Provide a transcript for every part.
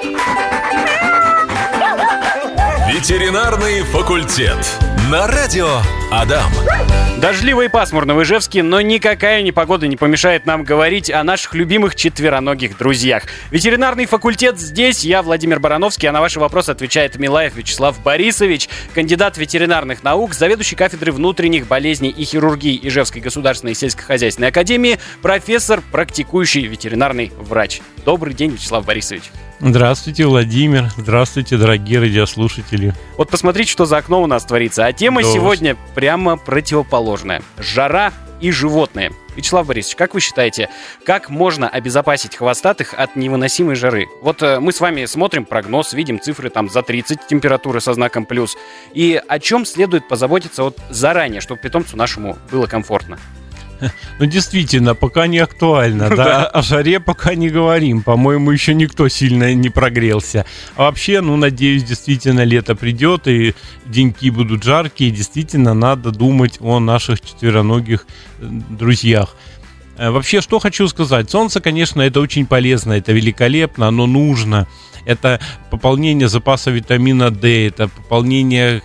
Ветеринарный факультет. На радио Адам. Дождливо и пасмурно в Ижевске, но никакая непогода не помешает нам говорить о наших любимых четвероногих друзьях. Ветеринарный факультет здесь, я Владимир Барановский, а на ваши вопросы отвечает Милаев Вячеслав Борисович, кандидат ветеринарных наук, заведующий кафедрой внутренних болезней и хирургии Ижевской государственной сельскохозяйственной академии, профессор, практикующий ветеринарный врач. Добрый день, Вячеслав Борисович. Здравствуйте, Владимир. Здравствуйте, дорогие радиослушатели. Вот посмотрите, что за окном у нас творится. А тема сегодня прямо противоположная. Жара и животные. Вячеслав Борисович, как вы считаете, как можно обезопасить хвостатых от невыносимой жары? Вот мы с вами смотрим прогноз, видим цифры там за 30 температуры со знаком плюс. И о чем следует позаботиться вот заранее, чтобы питомцу нашему было комфортно? Ну, действительно, пока не актуально, да? О жаре пока не говорим. По-моему, еще никто сильно не прогрелся. А вообще, надеюсь, действительно лето придет, и деньки будут жаркие, и действительно надо думать о наших четвероногих друзьях. Вообще, что хочу сказать. Солнце, конечно, это очень полезно, это великолепно, оно нужно. Это пополнение запаса витамина D, это пополнение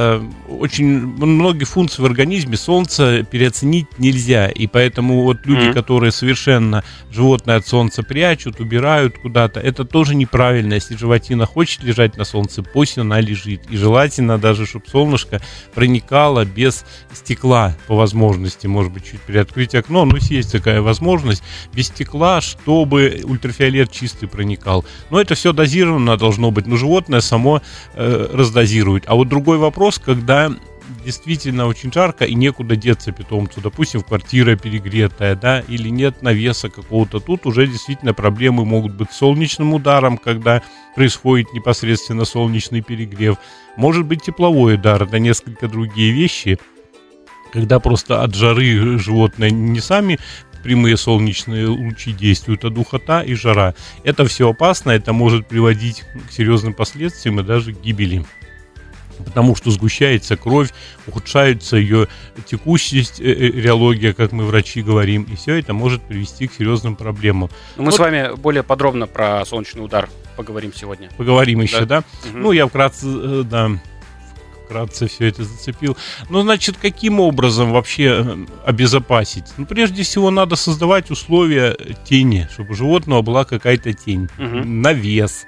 очень многие функции в организме солнца переоценить нельзя. И поэтому вот люди, которые совершенно животное от солнца прячут, убирают куда-то, это тоже неправильно. Если животина хочет лежать на солнце, пусть она лежит. И желательно даже, чтобы солнышко проникало без стекла по возможности. Может быть, чуть приоткрыть окно, но есть такая возможность. Без стекла, чтобы ультрафиолет чистый проникал. Но это все дозировано должно быть. Но животное само раздозирует. А вот другой вопрос, когда действительно очень жарко и некуда деться питомцу, допустим, квартира перегретая, да, или нет навеса какого-то, тут уже действительно проблемы могут быть с солнечным ударом, когда происходит непосредственно солнечный перегрев, может быть тепловой удар, это несколько другие вещи, когда просто от жары животные не сами прямые солнечные лучи действуют, а духота и жара. Это все опасно, это может приводить к серьезным последствиям и даже к гибели. Потому что сгущается кровь, ухудшается ее текучесть, реология, как мы врачи говорим, и все это может привести к серьезным проблемам. Мы с вами более подробно про солнечный удар поговорим сегодня. Поговорим еще, да? Угу. Я вкратце все это зацепил. Значит, каким образом вообще обезопасить? Прежде всего, надо создавать условия тени, чтобы у животного была какая-то тень, навес,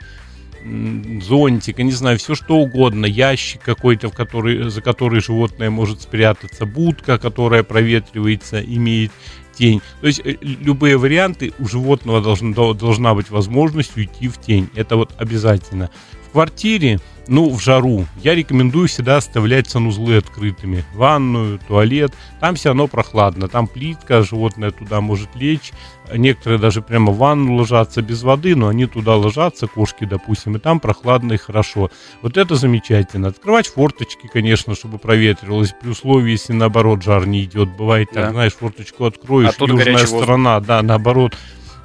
зонтик, я не знаю, все что угодно, ящик какой-то, за который животное может спрятаться, будка, которая проветривается, имеет тень. То есть любые варианты, у животного должна быть возможность уйти в тень. Это вот обязательно. В квартире, в жару, я рекомендую всегда оставлять санузлы открытыми. Ванную, туалет, там все равно прохладно. Там плитка, животное туда может лечь. Некоторые даже прямо в ванну ложатся без воды, но они туда ложатся, кошки, допустим, и там прохладно и хорошо. Вот это замечательно. Открывать форточки, конечно, чтобы проветривалось, при условии, если наоборот жар не идет. Бывает так, знаешь, форточку откроешь, южная сторона, наоборот.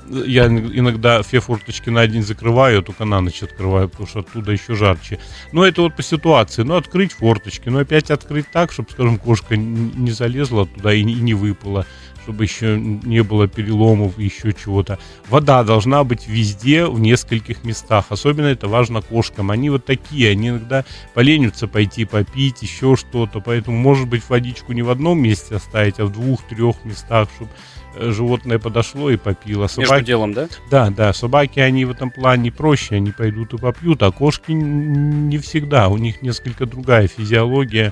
Я иногда все форточки на день закрываю, только на ночь открываю, потому что оттуда еще жарче. Это вот по ситуации. Открыть форточки, опять открыть так, чтобы, скажем, кошка не залезла туда и не выпала, чтобы еще не было переломов и еще чего-то. Вода должна быть везде, в нескольких местах. Особенно это важно кошкам. Они вот такие, они иногда поленятся пойти попить, еще что-то. Поэтому, может быть, водичку не в одном месте оставить, а в 2-3 местах, чтобы животное подошло и попило. Собаки, между делом, да? Да, собаки, они в этом плане проще, они пойдут и попьют, а кошки не всегда, у них несколько другая физиология.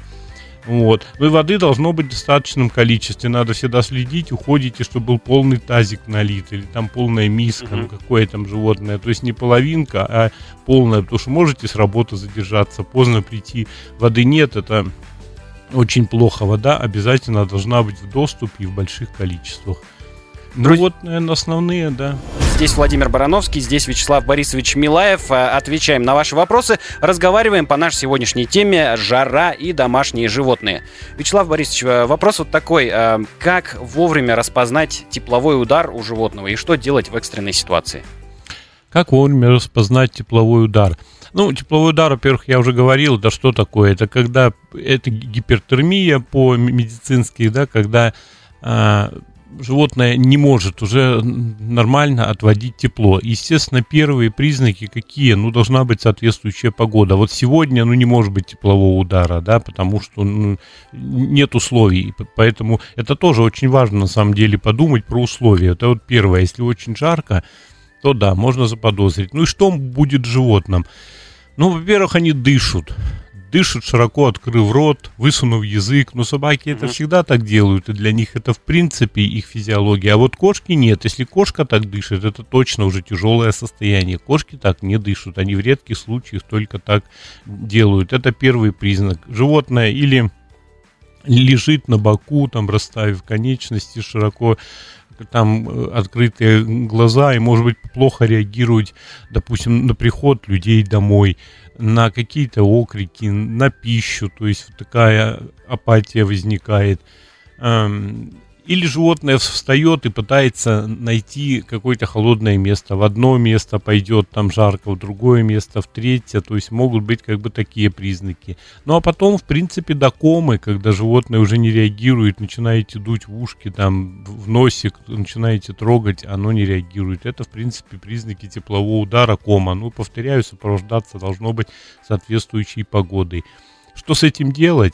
И воды должно быть в достаточном количестве, надо всегда следить, уходите, чтобы был полный тазик налит, или там полная миска, какое там животное, то есть не половинка, а полная, потому что можете с работы задержаться, поздно прийти, воды нет, это очень плохо. Вода обязательно должна быть в доступе и в больших количествах. Наверное, основные, да. Здесь Владимир Барановский, здесь Вячеслав Борисович Милаев. Отвечаем на ваши вопросы. Разговариваем по нашей сегодняшней теме «Жара и домашние животные». Вячеслав Борисович, вопрос вот такой. Как вовремя распознать тепловой удар у животного и что делать в экстренной ситуации? Как вовремя распознать тепловой удар? Тепловой удар, во-первых, я уже говорил, да что такое? Это когда это гипертермия по-медицински, да, когда животное не может уже нормально отводить тепло. Естественно, первые признаки какие? Ну, должна быть соответствующая погода. Вот сегодня, не может быть теплового удара, да, потому что нет условий. Поэтому это тоже очень важно, на самом деле, подумать про условия. Это вот первое. Если очень жарко, то да, можно заподозрить. Ну и что будет с животным? Ну, во-первых, они дышат, широко открыв рот, высунув язык. Но собаки это всегда так делают, и для них это в принципе их физиология. А вот кошки нет. Если кошка так дышит, это точно уже тяжелое состояние. Кошки так не дышат, они в редких случаях только так делают. Это первый признак. Животное или лежит на боку, там расставив конечности широко, там открытые глаза, и, может быть, плохо реагировать, допустим, на приход людей домой, на какие-то окрики, на пищу, то есть вот такая апатия возникает. Или животное встает и пытается найти какое-то холодное место. В одно место пойдет, там жарко, в другое место, в третье. То есть могут быть как бы такие признаки. Ну а потом, в принципе, до комы, когда животное уже не реагирует, начинаете дуть в ушки, там, в носик, начинаете трогать, оно не реагирует. Это, в принципе, признаки теплового удара, кома. Ну, повторяю, сопровождаться должно быть соответствующей погодой. Что с этим делать?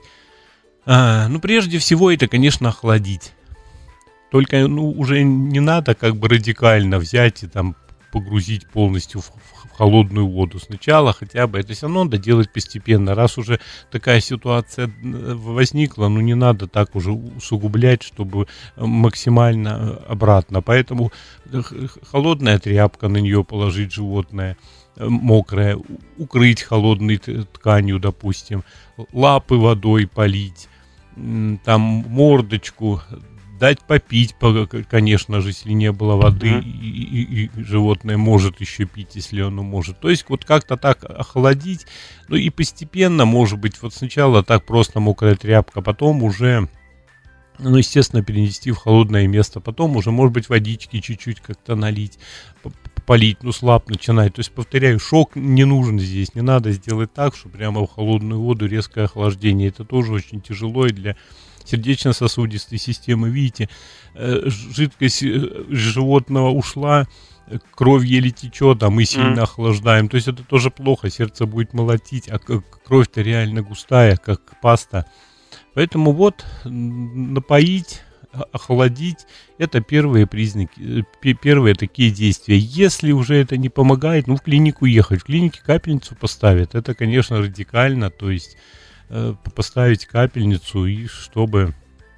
Прежде всего, это, конечно, охладить. Только, уже не надо как бы радикально взять и там погрузить полностью в холодную воду. Сначала хотя бы, это все равно надо делать постепенно. Раз уже такая ситуация возникла, не надо так уже усугублять, чтобы максимально обратно. Поэтому холодная тряпка, на нее положить животное мокрое, укрыть холодной тканью, допустим, лапы водой полить, там мордочку, дать попить, конечно же, если не было воды, и животное может еще пить, если оно может. То есть вот как-то так охладить, и постепенно, может быть, вот сначала так просто мокрая тряпка, потом уже, естественно, перенести в холодное место, потом уже, может быть, водички чуть-чуть как-то налить, полить, слаб начинать. То есть, повторяю, шок не нужен здесь, не надо сделать так, что прямо в холодную воду резкое охлаждение. Это тоже очень тяжело и для сердечно-сосудистой системы. Видите, жидкость животного ушла, кровь еле течет, а мы сильно охлаждаем. То есть это тоже плохо, сердце будет молотить, а кровь-то реально густая, как паста. Поэтому вот напоить, охладить — это первые признаки, первые такие действия. Если уже это не помогает, в клинику ехать. В клинике капельницу поставят. Это, конечно, радикально, то есть поставить капельницу, и чтобы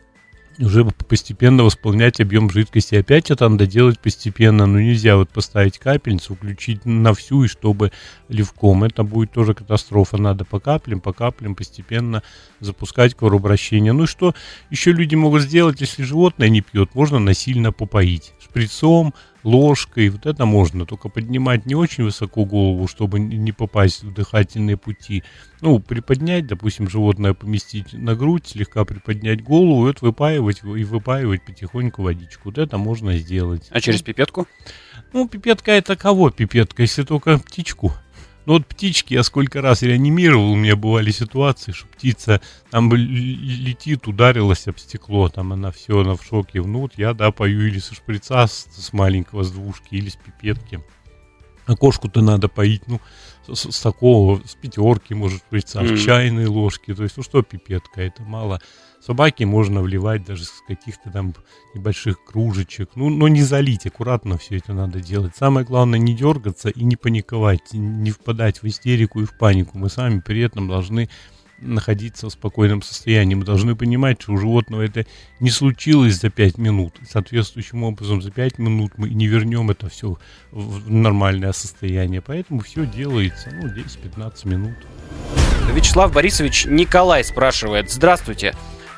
уже постепенно восполнять объем жидкости. Опять это надо делать постепенно, нельзя вот поставить капельницу, включить на всю, и чтобы ливком. Это будет тоже катастрофа. Надо по каплям постепенно запускать кровообращение. И что еще люди могут сделать, если животное не пьет? Можно насильно попоить шприцом, ложкой. Вот это можно, только поднимать не очень высоко голову, чтобы не попасть в дыхательные пути. Приподнять, допустим, животное поместить на грудь, слегка приподнять голову, и вот выпаивать потихоньку водичку. Вот это можно сделать. А через пипетку? Пипетка — это кого пипетка, если только птичку? Вот птички я сколько раз реанимировал, у меня бывали ситуации, что птица там летит, ударилась об стекло, там она в шоке. Я пою или со шприца с маленького, с двушки, или с пипетки. А кошку-то надо поить, с такого, с пятерки, может, шприца, с чайной ложки. То есть, что пипетка, это мало. Собаке можно вливать даже с каких-то там небольших кружечек. Но не залить, аккуратно все это надо делать. Самое главное, не дергаться и не паниковать, не впадать в истерику и в панику. Мы сами при этом должны находиться в спокойном состоянии. Мы должны понимать, что у животного это не случилось за 5 минут. Соответствующим образом за 5 минут мы не вернем это все в нормальное состояние. Поэтому все делается 10-15 минут. Вячеслав Борисович Николай спрашивает: здравствуйте.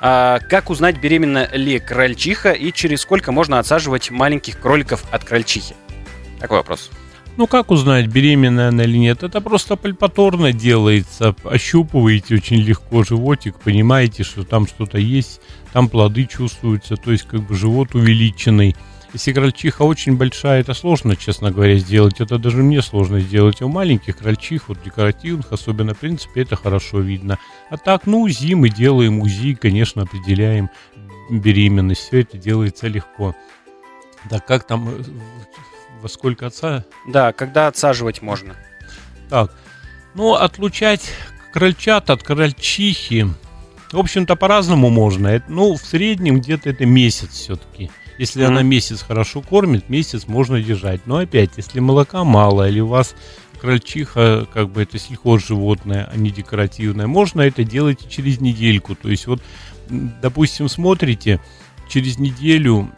Как узнать, беременна ли крольчиха, и через сколько можно отсаживать маленьких кроликов от крольчихи? Такой вопрос. Как узнать, беременная она или нет? Это просто пальпаторно делается. Ощупываете очень легко животик, понимаете, что там что-то есть, там плоды чувствуются, то есть живот увеличенный. Если крольчиха очень большая, это сложно, честно говоря, сделать. Это даже мне сложно сделать. А у маленьких крольчих, декоративных, особенно, в принципе, это хорошо видно. А так, УЗИ мы делаем, УЗИ, конечно, определяем беременность, все это делается легко. Так, как там, во сколько отца? Да, когда отсаживать можно? Так, отлучать крольчат от крольчихи, в общем-то, по-разному можно. В среднем где-то это месяц все-таки. Если она месяц хорошо кормит, месяц можно держать. Но опять, если молока мало, или у вас крольчиха, это сельхозживотное, а не декоративное, можно это делать и через недельку. То есть, допустим, смотрите, через неделю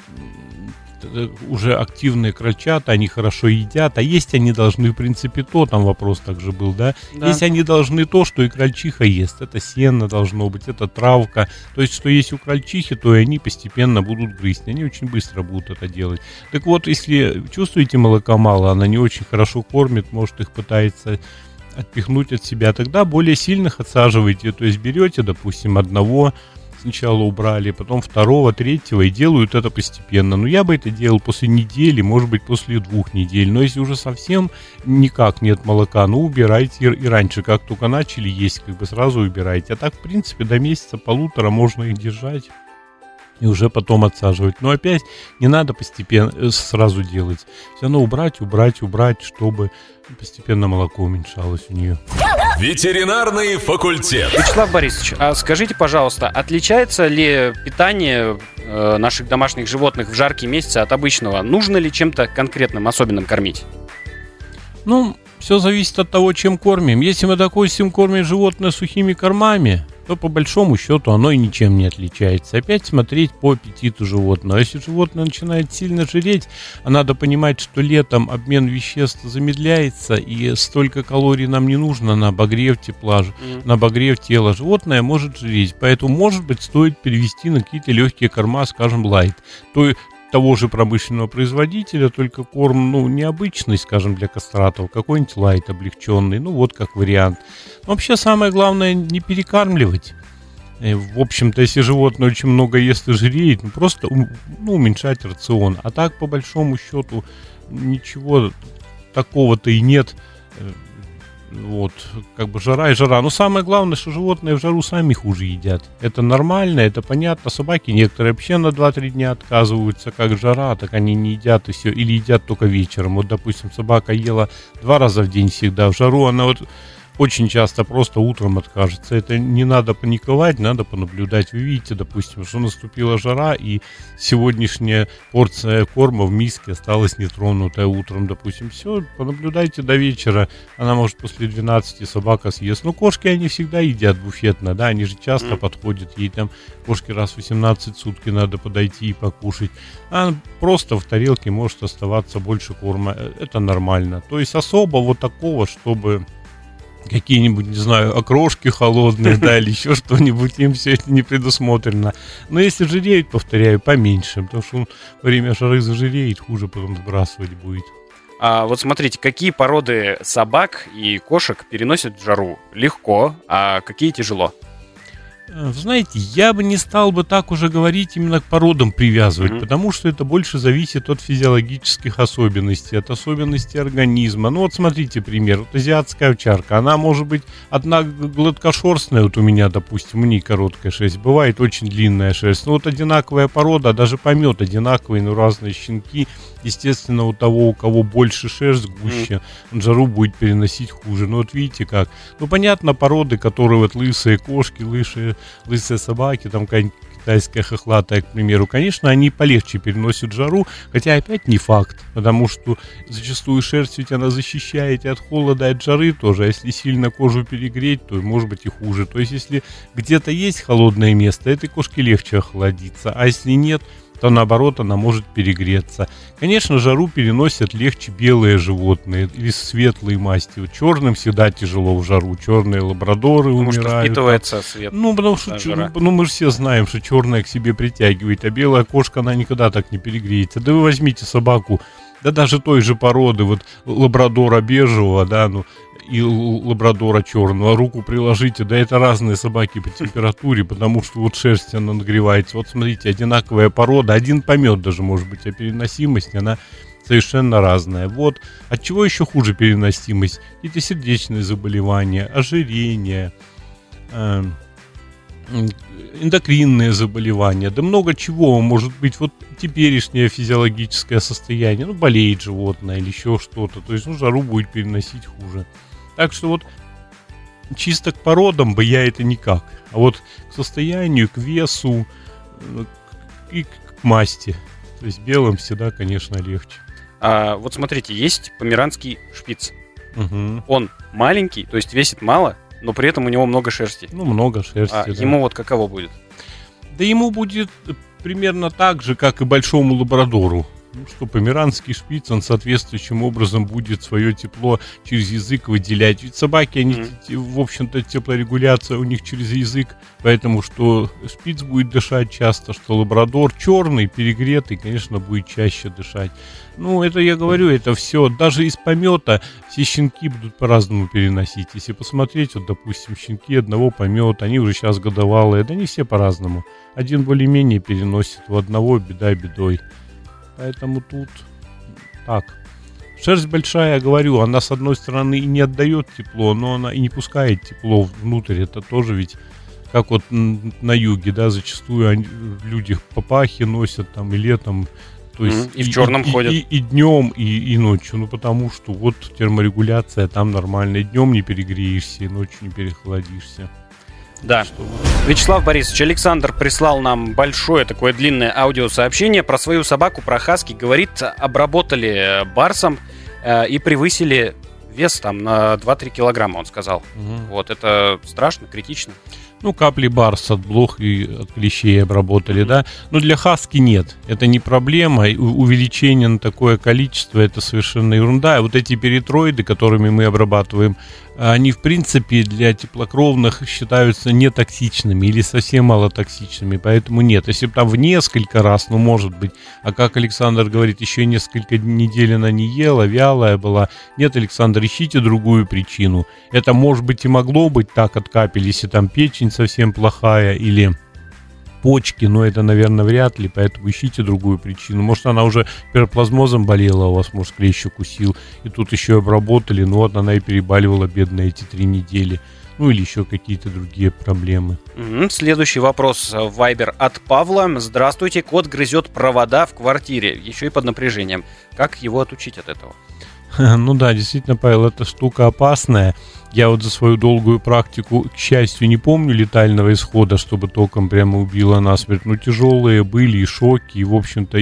уже активные крольчата, они хорошо едят, а есть они должны, в принципе, там вопрос также был, да? Есть они должны то, что и крольчиха ест. Это сено должно быть, это травка. То есть, что есть у крольчихи, то и они постепенно будут грызть. Они очень быстро будут это делать. Так вот, если чувствуете, молока мало, она не очень хорошо кормит, может, их пытается отпихнуть от себя, тогда более сильных отсаживаете. То есть, берете, допустим, одного, сначала убрали, потом второго, третьего, и делают это постепенно. Но я бы это делал после недели, может быть, после 2 недель. Но если уже совсем никак нет молока, убирайте и раньше, как только начали есть, сразу убирайте. А так, в принципе, до месяца-полутора можно их держать и уже потом отсаживать. Но опять не надо постепенно сразу делать. Все равно убрать, чтобы постепенно молоко уменьшалось у нее. Ветеринарный факультет. Вячеслав Борисович, а скажите, пожалуйста, отличается ли питание наших домашних животных в жаркие месяцы от обычного? Нужно ли чем-то конкретным, особенным кормить? Все зависит от того, чем кормим. Если мы, допустим, кормим животное сухими кормами, то по большому счету оно и ничем не отличается. Опять смотреть по аппетиту животного. Если животное начинает сильно жиреть, а надо понимать, что летом обмен веществ замедляется, и столько калорий нам не нужно на обогрев тепла, на обогрев тела. Животное может жиреть, поэтому, может быть, стоит перевести на какие-то легкие корма, скажем, лайт. Того же промышленного производителя, только корм, необычный, скажем, для кастратов, какой-нибудь лайт облегченный, как вариант. Но вообще самое главное не перекармливать. В общем-то, если животное очень много ест и жиреет, просто уменьшать рацион. А так, по большому счету, ничего такого-то и нет. Жара и жара. Но самое главное, что животные в жару сами хуже едят. Это нормально, это понятно. Собаки некоторые вообще на 2-3 дня отказываются. Как жара, так они не едят и все. Или едят только вечером. Допустим, собака ела 2 раза в день всегда. В жару она очень часто просто утром откажется. Это не надо паниковать, надо понаблюдать. Вы видите, допустим, что наступила жара, и сегодняшняя порция корма в миске осталась нетронутая утром, допустим. Все, понаблюдайте до вечера. Она может после 12 собака съест. Кошки, они всегда едят буфетно, да, они же часто подходят. Ей там кошке раз в 18 сутки надо подойти и покушать. А просто в тарелке может оставаться больше корма. Это нормально. То есть особо такого, чтобы какие-нибудь, не знаю, окрошки холодные, или еще что-нибудь, им все это не предусмотрено. Но если жиреют, повторяю, поменьше, потому что во время жары зажиреет, хуже потом сбрасывать будет. А смотрите, какие породы собак и кошек переносят жару легко, а какие тяжело? Вы знаете, я бы не стал бы так уже говорить, именно к породам привязывать, потому что это больше зависит от физиологических особенностей, от особенностей организма. Смотрите пример. Азиатская овчарка, она может быть одна гладкошерстная, у меня, допустим, у нее короткая шерсть, бывает очень длинная шерсть. Одинаковая порода, даже помет одинаковый, но разные щенки. Естественно, у того, у кого больше шерсть, гуще, он жару будет переносить хуже. Видите как. Понятно, породы, которые лысые кошки, лысые собаки, там какая-нибудь китайская хохлатая, к примеру, конечно, они полегче переносят жару, хотя опять не факт, потому что зачастую шерсть ведь она защищает и от холода, и от жары тоже, а если сильно кожу перегреть, то может быть и хуже. То есть, если где-то есть холодное место, этой кошке легче охладиться, а если нет, то наоборот она может перегреться. Конечно, жару переносят легче белые животные или светлые масти. Черным всегда тяжело в жару. Черные лабрадоры умирают. Потому что впитывается свет. Потому что мы же все знаем, что черная к себе притягивает, а белая кошка, она никогда так не перегреется. Да вы возьмите собаку, да даже той же породы, лабрадора бежевого, и лабрадора черного, руку приложите, это разные собаки по температуре, потому что шерсть, она нагревается. Смотрите, одинаковая порода, один помет даже может быть, а переносимость, она совершенно разная. От чего еще хуже переносимость? Какие-то сердечные заболевания, ожирение, эндокринные заболевания, да много чего, может быть, вот теперешнее физиологическое состояние, ну, болеет животное или еще что-то, то есть, ну, жару будет переносить хуже. Так что вот чисто к породам бы я это никак, а вот к состоянию, к весу и к масти, то есть белым всегда, конечно, легче. Вот смотрите, есть померанский шпиц. Угу. Он маленький, то есть весит мало, но при этом у него много шерсти. Ну, много шерсти, да. Ему вот каково будет? Да ему будет примерно так же, как и большому лабрадору. Ну, что померанский шпиц, он соответствующим образом будет свое тепло через язык выделять. Ведь собаки, они, в общем-то, теплорегуляция у них через язык, поэтому что шпиц будет дышать часто, что лабрадор черный, перегретый, конечно, будет чаще дышать. Ну, это я говорю, это все, даже из помета все щенки будут по-разному переносить. Если посмотреть, вот, допустим, щенки одного помета, они уже сейчас годовалые, да не все по-разному. Один более-менее переносит, у одного беда бедой. Поэтому тут так. Шерсть большая, я говорю, она с одной стороны и не отдает тепло, но она и не пускает тепло внутрь. Это тоже ведь, как вот на юге, да, зачастую люди папахи носят там и летом. То есть и в черном ходят. И днем, и ночью. Ну, потому что вот терморегуляция там нормальная. Днем не перегреешься, и ночью не перехладишься. Да. Вячеслав Борисович, Александр прислал нам большое такое длинное аудиосообщение про свою собаку, про хаски. Говорит, обработали барсом и превысили вес там на 2-3 килограмма, он сказал. Вот, это страшно, критично. Ну, капли барс от блох и от клещей обработали, да. Но для хаски нет. Это не проблема. Увеличение на такое количество — это совершенно ерунда. Вот эти перитроиды, которыми мы обрабатываем, они, в принципе, для теплокровных считаются нетоксичными или совсем малотоксичными, поэтому нет. Если бы там в несколько раз, ну, может быть, а как Александр говорит, еще несколько недель она не ела, вялая была. Нет, Александр, ищите другую причину. Это, может быть, и могло быть так от капель, если там печень совсем плохая или почки, но это, наверное, вряд ли, поэтому ищите другую причину. Может, она уже пироплазмозом болела у вас, может, клещ укусил, и тут еще обработали, но вот она и перебаливала, бедная, эти 3 недели. Ну, или еще какие-то другие проблемы. Следующий вопрос в Viber от Павла. Здравствуйте, кот грызет провода в квартире, еще и под напряжением. Как его отучить от этого? Ну да, действительно, Павел, эта штука опасная. Я вот за свою долгую практику, к счастью, не помню летального исхода, чтобы током прямо убило насмерть. Но тяжелые были и шоки. И, в общем-то,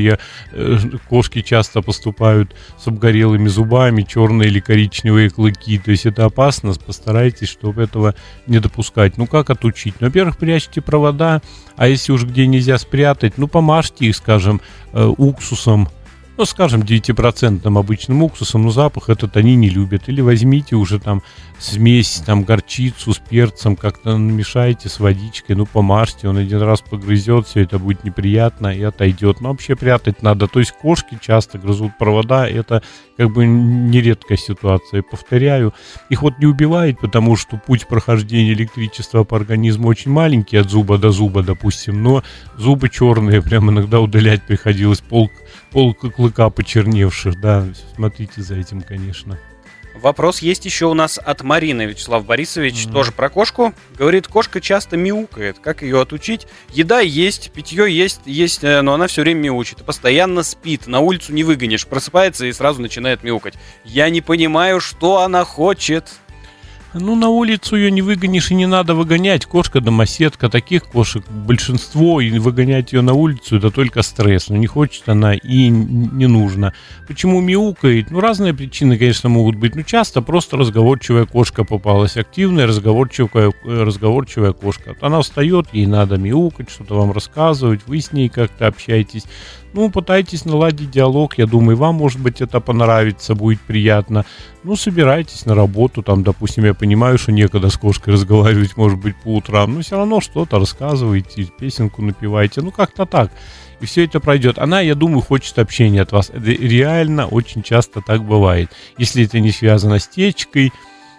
кошки часто поступают с обгорелыми зубами, черные или коричневые клыки. То есть это опасно. Постарайтесь, чтобы этого не допускать. Ну, как отучить? Ну, во-первых, прячьте провода. А если уж где нельзя спрятать, ну, помажьте их, скажем, уксусом. Ну, скажем, 9% обычным уксусом, но запах этот они не любят. Или возьмите уже там смесь, там горчицу с перцем, как-то намешайте с водичкой, ну, помажьте, он один раз погрызет, все это будет неприятно и отойдет. Но вообще прятать надо. То есть кошки часто грызут провода, это как бы нередкая ситуация. Повторяю, их вот не убивает, потому что путь прохождения электричества по организму очень маленький, от зуба до зуба, допустим, но зубы черные, прям иногда удалять приходилось, пол клыка почерневших, да, смотрите за этим, конечно. Вопрос есть еще у нас от Марины. Вячеслав Борисович тоже про кошку. Говорит, кошка часто мяукает. Как ее отучить? Еда есть, питье есть, но она все время мяучит. Постоянно спит, на улицу не выгонишь. Просыпается и сразу начинает мяукать. Я не понимаю, что она хочет. Ну, на улицу ее не выгонишь и не надо выгонять. Кошка-домоседка, таких кошек большинство, и выгонять ее на улицу — это только стресс. Но не хочет она и не нужно. Почему мяукает? Ну, разные причины, конечно, могут быть. Но часто просто разговорчивая кошка попалась. Активная разговорчивая кошка. Вот она встает, ей надо мяукать, что-то вам рассказывать, вы с ней как-то общаетесь. Ну, пытайтесь наладить диалог, я думаю, вам, может быть, это понравится, будет приятно. Ну, собирайтесь на работу, там, допустим, я понимаю, что некогда с кошкой разговаривать, может быть, по утрам, но все равно что-то рассказывайте, песенку напевайте, ну, как-то так. И все это пройдет. Она, я думаю, хочет общения от вас. Это реально очень часто так бывает. Если это не связано с течкой,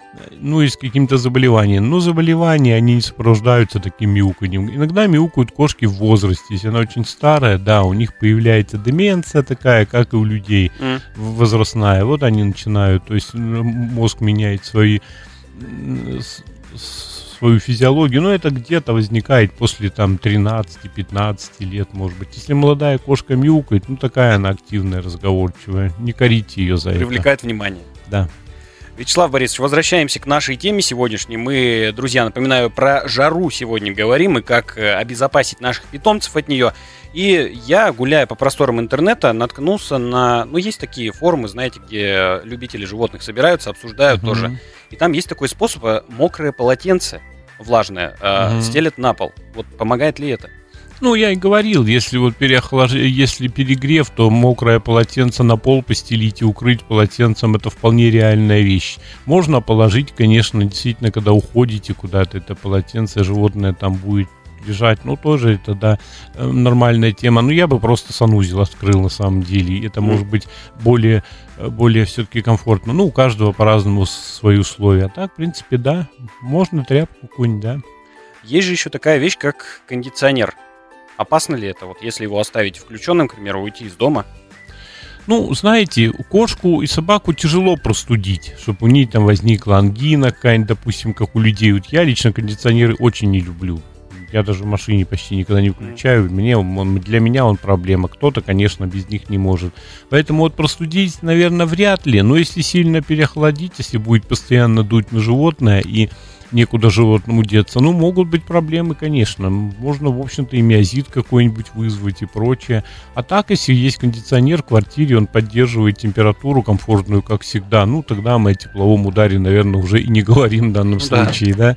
ну, и с каким-то заболеванием. Но заболевания, они не сопровождаются таким мяуканьем. Иногда мяукают кошки в возрасте. Если она очень старая, да, у них появляется деменция такая, как и у людей, возрастная. Вот они начинают, то есть мозг меняет свои свою физиологию, но это где-то возникает после там 13-15 лет, может быть. Если молодая кошка мяукает, ну такая она активная, разговорчивая, не корите ее за это. Привлекает внимание. Да. Вячеслав Борисович, возвращаемся к нашей теме сегодняшней. Мы, друзья, напоминаю, про жару сегодня говорим и как обезопасить наших питомцев от нее. И я, гуляя по просторам интернета, наткнулся на... Ну, есть такие форумы, знаете, где любители животных собираются, обсуждают тоже. И там есть такой способ: мокрое полотенце влажное стелят на пол. Вот помогает ли это? Ну, я и говорил, если вот если перегрев, то мокрое полотенце на пол постелить и укрыть полотенцем — это вполне реальная вещь. Можно положить, конечно, действительно, когда уходите куда-то, это полотенце, животное там будет лежать, ну, тоже это, да, нормальная тема. Но я бы просто санузел открыл, на самом деле. Это может быть более все-таки комфортно. Ну, у каждого по-разному свои условия. А так, в принципе, да, можно тряпку какую-нибудь, да. Есть же еще такая вещь, как кондиционер. Опасно ли это, вот если его оставить включенным, к примеру, уйти из дома? Ну, знаете, кошку и собаку тяжело простудить, чтобы у ней там возникла ангина какая-нибудь, допустим, как у людей. Вот я лично кондиционеры очень не люблю. Я даже в машине почти никогда не включаю. Для меня он проблема. Кто-то, конечно, без них не может. Поэтому вот простудить, наверное, вряд ли. Но если сильно переохладить, если будет постоянно дуть на животное и некуда животному деться, ну, могут быть проблемы, конечно. Можно, в общем-то, и миозит какой-нибудь вызвать и прочее. А так, если есть кондиционер в квартире, он поддерживает температуру комфортную, как всегда, ну, тогда мы о тепловом ударе, наверное, уже и не говорим в данном случае, да?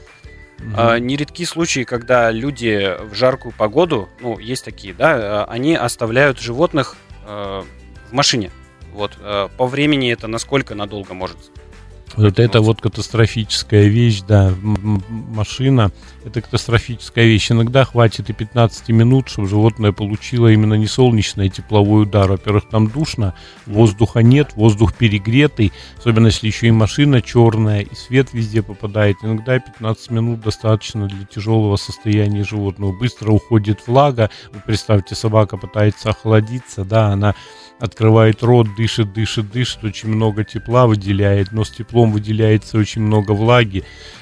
Нередки случаи, когда люди в жаркую погоду, ну, есть такие, да, они оставляют животных в машине. Вот, по времени это насколько надолго может? Вот это вот катастрофическая вещь, да, машина, это катастрофическая вещь. Иногда хватит и 15 минут, чтобы животное получило именно не солнечный, а тепловой удар. Во-первых, там душно, воздуха нет, воздух перегретый, особенно если еще и машина черная, и свет везде попадает. Иногда 15 минут достаточно для тяжелого состояния животного. Быстро уходит влага. Вы представьте, собака пытается охладиться, да, она открывает рот, дышит, очень много тепла выделяет, но с теплом выделяется очень много влаги,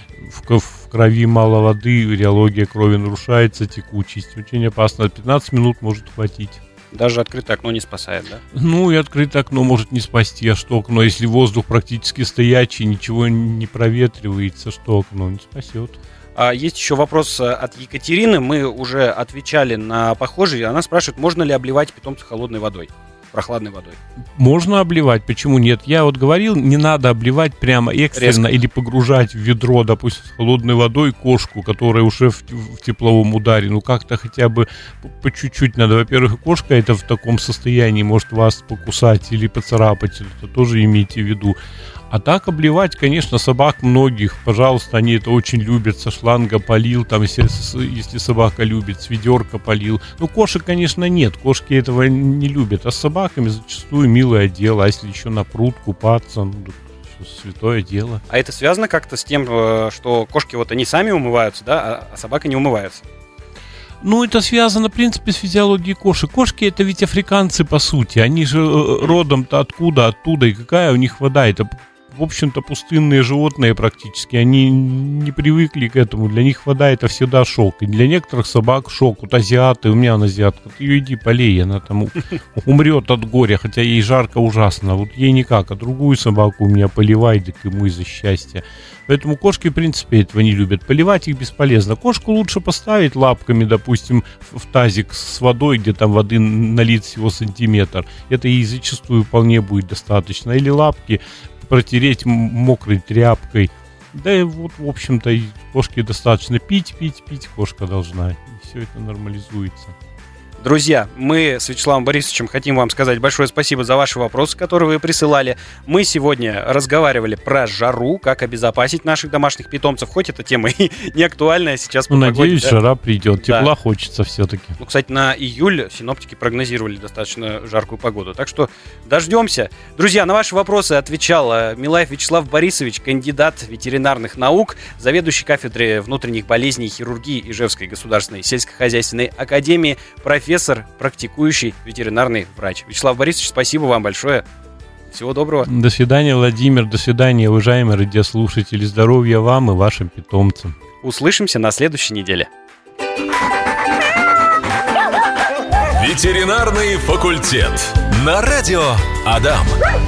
в крови мало воды, реология крови нарушается, текучесть, очень опасно, 15 минут может хватить. Даже открытое окно не спасает, да? Ну, и открытое окно может не спасти, а что окно, если воздух практически стоячий, ничего не проветривается, что окно не спасет. Есть еще вопрос от Екатерины, мы уже отвечали на похожий, она спрашивает, можно ли обливать питомца холодной водой? Прохладной водой. Можно обливать, почему нет? Я вот говорил, не надо обливать прямо экстренно или погружать в ведро, допустим, с холодной водой кошку, которая уже в тепловом ударе. Ну, как-то хотя бы по чуть-чуть надо. Во-первых, кошка это в таком состоянии может вас покусать или поцарапать, это тоже имейте в виду. А так обливать, конечно, собак многих, пожалуйста, они это очень любят, со шланга полил, там, если собака любит, с ведерка полил. Ну, кошек, конечно, нет, кошки этого не любят, а с собаками зачастую милое дело, а если еще на пруд купаться, ну, святое дело. А это связано как-то с тем, что кошки вот они сами умываются, да, а собака не умывается? Ну, это связано, в принципе, с физиологией кошек. Кошки — это ведь африканцы, по сути, они же родом-то оттуда, и какая у них вода, это... В общем-то, пустынные животные практически, они не привыкли к этому. Для них вода — это всегда шок. И для некоторых собак шок. Вот азиаты, у меня азиатка, ты ее иди полей, она там умрет от горя, хотя ей жарко ужасно. Вот ей никак, а другую собаку у меня поливай, так ему из-за счастья. Поэтому кошки, в принципе, этого не любят. Поливать их бесполезно. Кошку лучше поставить лапками, допустим, в тазик с водой, где там воды налит всего сантиметр. Это ей зачастую вполне будет достаточно. Или лапки протереть мокрой тряпкой. Да и вот, в общем-то, и кошке достаточно пить, кошка должна. И все это нормализуется. Друзья, мы с Вячеславом Борисовичем хотим вам сказать большое спасибо за ваши вопросы, которые вы присылали. Мы сегодня разговаривали про жару, как обезопасить наших домашних питомцев. Хоть эта тема и не актуальная сейчас по погоде. Надеюсь, да? Жара придет. Тепла хочется все-таки. Ну, кстати, на июль синоптики прогнозировали достаточно жаркую погоду. Так что дождемся. Друзья, на ваши вопросы отвечал Милаев Вячеслав Борисович, кандидат ветеринарных наук, заведующий кафедрой внутренних болезней и хирургии Ижевской государственной сельскохозяйственной академии, профессор, практикующий ветеринарный врач. Вячеслав Борисович, спасибо вам большое. Всего доброго. До свидания, Владимир. До свидания, уважаемые радиослушатели. Здоровья вам и вашим питомцам. Услышимся на следующей неделе. Ветеринарный факультет. На радио Адам.